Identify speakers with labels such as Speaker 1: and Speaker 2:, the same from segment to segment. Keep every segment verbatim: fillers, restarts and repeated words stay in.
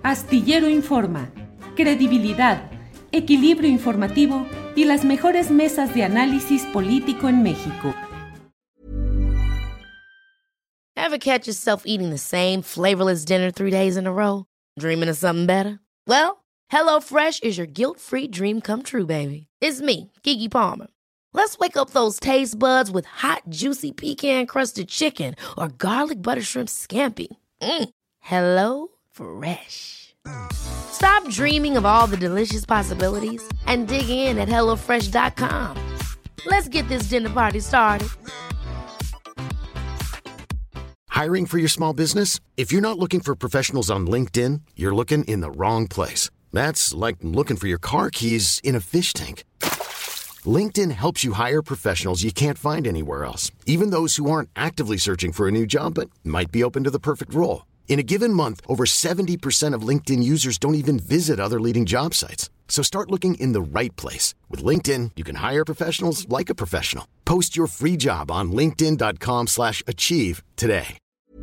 Speaker 1: Astillero Informa, credibilidad, equilibrio informativo y las mejores mesas de análisis político en México.
Speaker 2: Ever catch yourself eating the same flavorless dinner three days in a row? Dreaming of something better? Well, HelloFresh is your guilt-free dream come true, baby. It's me, Keke Palmer. Let's wake up those taste buds with hot, juicy pecan-crusted chicken or garlic butter shrimp scampi. Mm. Hello Fresh. Stop dreaming of all the delicious possibilities and dig in at hello fresh dot com. Let's get this dinner party started.
Speaker 3: Hiring for your small business? If you're not looking for professionals on LinkedIn, you're looking in the wrong place. That's like looking for your car keys in a fish tank. LinkedIn helps you hire professionals you can't find anywhere else, even those who aren't actively searching for a new job but might be open to the perfect role. In a given month, over seventy percent of LinkedIn users don't even visit other leading job sites. So start looking in the right place. With LinkedIn, you can hire professionals like a professional. Post your free job on linkedin dot com slash achieve today.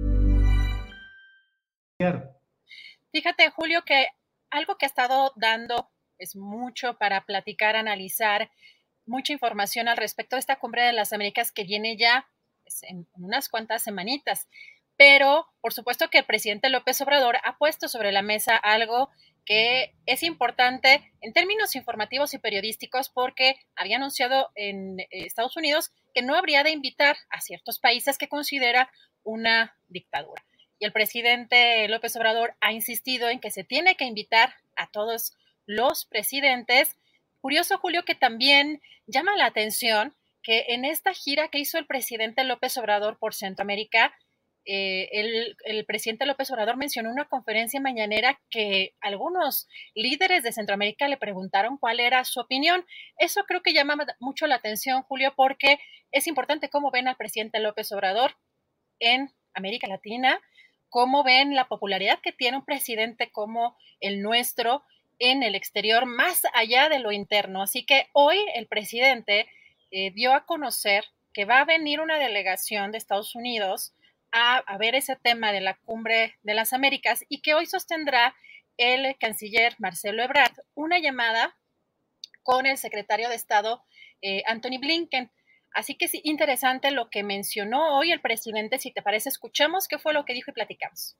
Speaker 4: Fíjate, Julio, que algo que ha estado dando es mucho para platicar, analizar, mucha información al respecto de esta Cumbre de las Américas que viene ya pues, en unas cuantas semanitas. Pero, por supuesto que el presidente López Obrador ha puesto sobre la mesa algo que es importante en términos informativos y periodísticos porque había anunciado en Estados Unidos que no habría de invitar a ciertos países que considera una dictadura. Y el presidente López Obrador ha insistido en que se tiene que invitar a todos los presidentes. Curioso, Julio, que también llama la atención que en esta gira que hizo el presidente López Obrador por Centroamérica, Eh, el, el presidente López Obrador mencionó una conferencia mañanera que algunos líderes de Centroamérica le preguntaron cuál era su opinión. Eso creo que llama mucho la atención, Julio, porque es importante cómo ven al presidente López Obrador en América Latina, cómo ven la popularidad que tiene un presidente como el nuestro en el exterior, más allá de lo interno. Así que hoy el presidente eh, dio a conocer que va a venir una delegación de Estados Unidos A, a ver ese tema de la Cumbre de las Américas y que hoy sostendrá el canciller Marcelo Ebrard una llamada con el secretario de Estado eh, Antony Blinken. Así que es interesante lo que mencionó hoy el presidente. Si te parece, escuchamos qué fue lo que dijo y platicamos.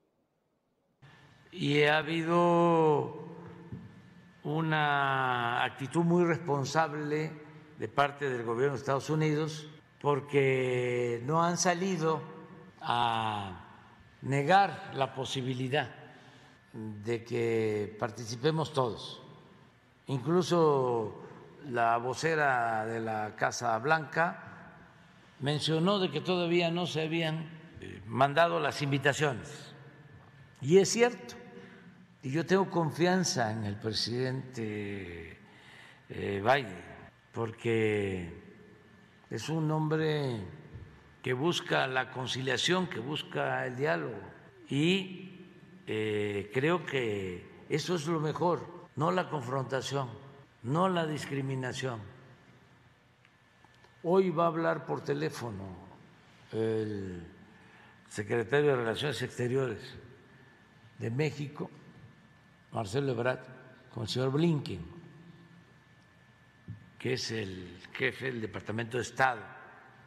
Speaker 5: Y ha habido una actitud muy responsable de parte del gobierno de Estados Unidos porque no han salido a negar la posibilidad de que participemos todos. Incluso la vocera de la Casa Blanca mencionó de que todavía no se habían mandado las invitaciones. Y es cierto. Y yo tengo confianza en el presidente Biden, porque es un hombre que busca la conciliación, que busca el diálogo. Y eh, creo que eso es lo mejor, no la confrontación, no la discriminación. Hoy va a hablar por teléfono el secretario de Relaciones Exteriores de México, Marcelo Ebrard, con el señor Blinken, que es el jefe del Departamento de Estado.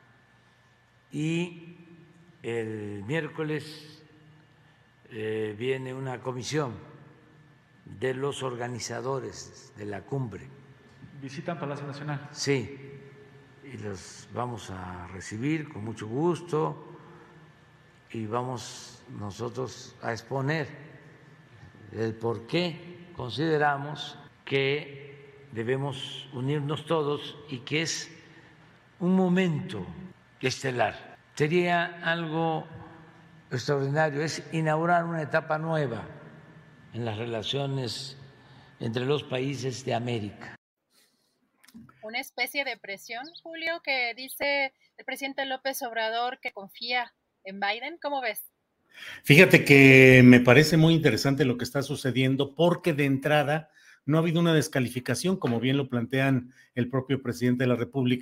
Speaker 5: Y el miércoles eh, viene una comisión de los organizadores de la cumbre.
Speaker 6: ¿Visitan Palacio Nacional?
Speaker 5: Sí, y los vamos a recibir con mucho gusto y vamos nosotros a exponer el por qué consideramos que debemos unirnos todos y que es un momento estelar. Sería algo extraordinario, es inaugurar una etapa nueva en las relaciones entre los países de América.
Speaker 4: Una especie de presión, Julio, que dice el presidente López Obrador que confía en Biden. ¿Cómo ves?
Speaker 7: Fíjate que me parece muy interesante lo que está sucediendo porque de entrada no ha habido una descalificación, como bien lo plantean el propio presidente de la República,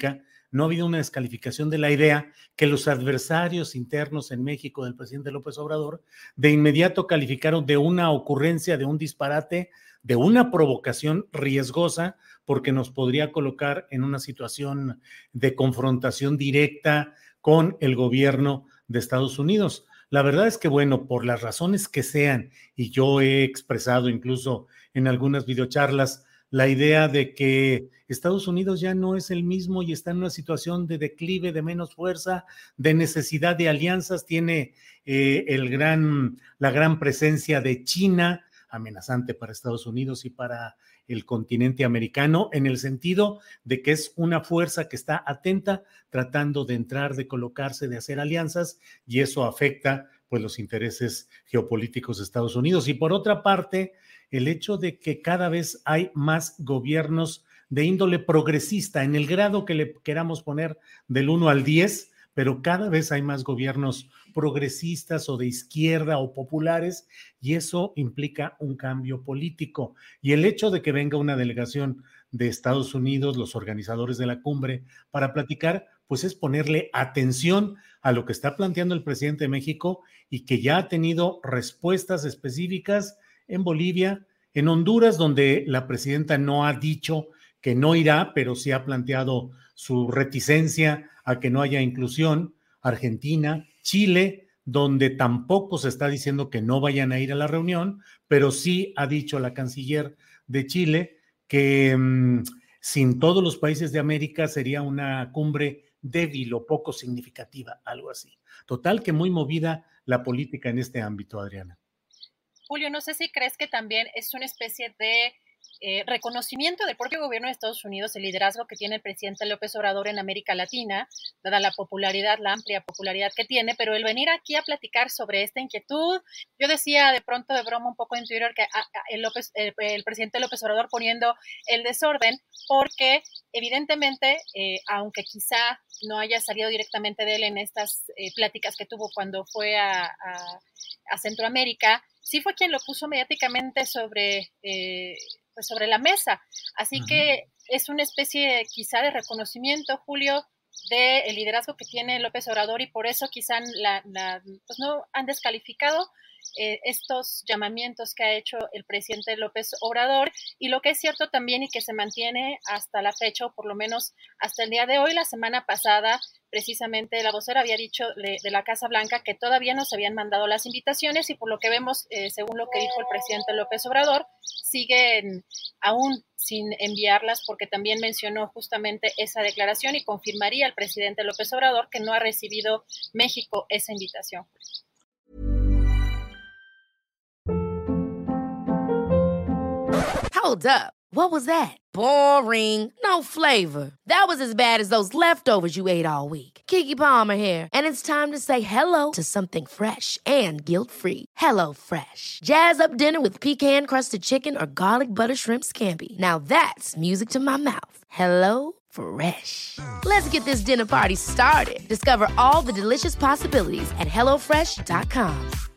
Speaker 7: no ha habido una descalificación de la idea que los adversarios internos en México del presidente López Obrador de inmediato calificaron de una ocurrencia, de un disparate, de una provocación riesgosa, porque nos podría colocar en una situación de confrontación directa con el gobierno de Estados Unidos. La verdad es que, bueno, por las razones que sean, y yo he expresado incluso en algunas videocharlas la idea de que Estados Unidos ya no es el mismo y está en una situación de declive, de menos fuerza, de necesidad de alianzas, tiene eh, el gran, la gran presencia de China, amenazante para Estados Unidos y para el continente americano, en el sentido de que es una fuerza que está atenta, tratando de entrar, de colocarse, de hacer alianzas, y eso afecta pues los intereses geopolíticos de Estados Unidos. Y por otra parte, el hecho de que cada vez hay más gobiernos de índole progresista, en el grado que le queramos poner del uno al diez, pero cada vez hay más gobiernos progresistas o de izquierda o populares, y eso implica un cambio político. Y el hecho de que venga una delegación de Estados Unidos, los organizadores de la cumbre, para platicar, pues es ponerle atención a lo que está planteando el presidente de México y que ya ha tenido respuestas específicas en Bolivia, en Honduras, donde la presidenta no ha dicho que no irá, pero sí ha planteado su reticencia a que no haya inclusión, Argentina, Chile, donde tampoco se está diciendo que no vayan a ir a la reunión, pero sí ha dicho la canciller de Chile que mmm, sin todos los países de América sería una cumbre débil o poco significativa, algo así. Total que muy movida la política en este ámbito, Adriana.
Speaker 4: Julio, no sé si crees que también es una especie de eh, reconocimiento del propio gobierno de Estados Unidos, el liderazgo que tiene el presidente López Obrador en América Latina, dada la popularidad, la amplia popularidad que tiene, pero el venir aquí a platicar sobre esta inquietud, yo decía de pronto de broma un poco en Twitter que a, a, el, López, el, el presidente López Obrador poniendo el desorden, porque evidentemente, eh, aunque quizá no haya salido directamente de él en estas eh, pláticas que tuvo cuando fue a, a, a Centroamérica, sí fue quien lo puso mediáticamente sobre, eh, pues sobre la mesa. Así uh-huh. que es una especie quizá de reconocimiento, Julio, del liderazgo que tiene López Obrador, y por eso quizá la, la, pues no han descalificado eh, estos llamamientos que ha hecho el presidente López Obrador. Y lo que es cierto también y que se mantiene hasta la fecha, o por lo menos hasta el día de hoy, la semana pasada, precisamente la vocera había dicho de, de la Casa Blanca que todavía no se habían mandado las invitaciones, y por lo que vemos, eh, según lo que dijo el presidente López Obrador, siguen aún sin enviarlas, porque también mencionó justamente esa declaración y confirmaría el presidente López Obrador que no ha recibido México esa invitación.
Speaker 2: Hold up. What was that? Boring. No flavor. That was as bad as those leftovers you ate all week. Keke Palmer here, and it's time to say hello to something fresh and guilt-free. Hello Fresh. Jazz up dinner with pecan-crusted chicken or garlic butter shrimp scampi. Now that's music to my mouth. Hello Fresh. Let's get this dinner party started. Discover all the delicious possibilities at hello fresh dot com.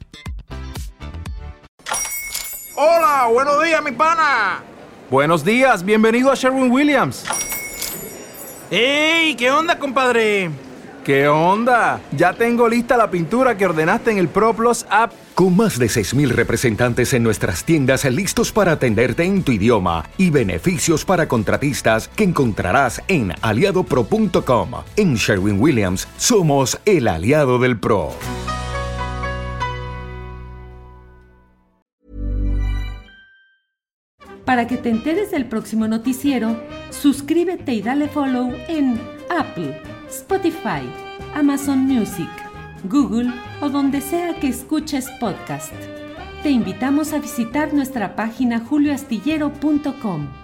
Speaker 8: Hola, buenos días, mi pana.
Speaker 9: Buenos días, bienvenido a Sherwin-Williams.
Speaker 8: ¡Ey! ¿Qué onda, compadre?
Speaker 9: ¿Qué onda? Ya tengo lista la pintura que ordenaste en el ProPlus app.
Speaker 10: Con más de seis mil representantes en nuestras tiendas listos para atenderte en tu idioma y beneficios para contratistas que encontrarás en aliado pro punto com. En Sherwin-Williams somos el aliado del pro.
Speaker 1: Para que te enteres del próximo noticiero, suscríbete y dale follow en Apple, Spotify, Amazon Music, Google o donde sea que escuches podcast. Te invitamos a visitar nuestra página julio astillero punto com.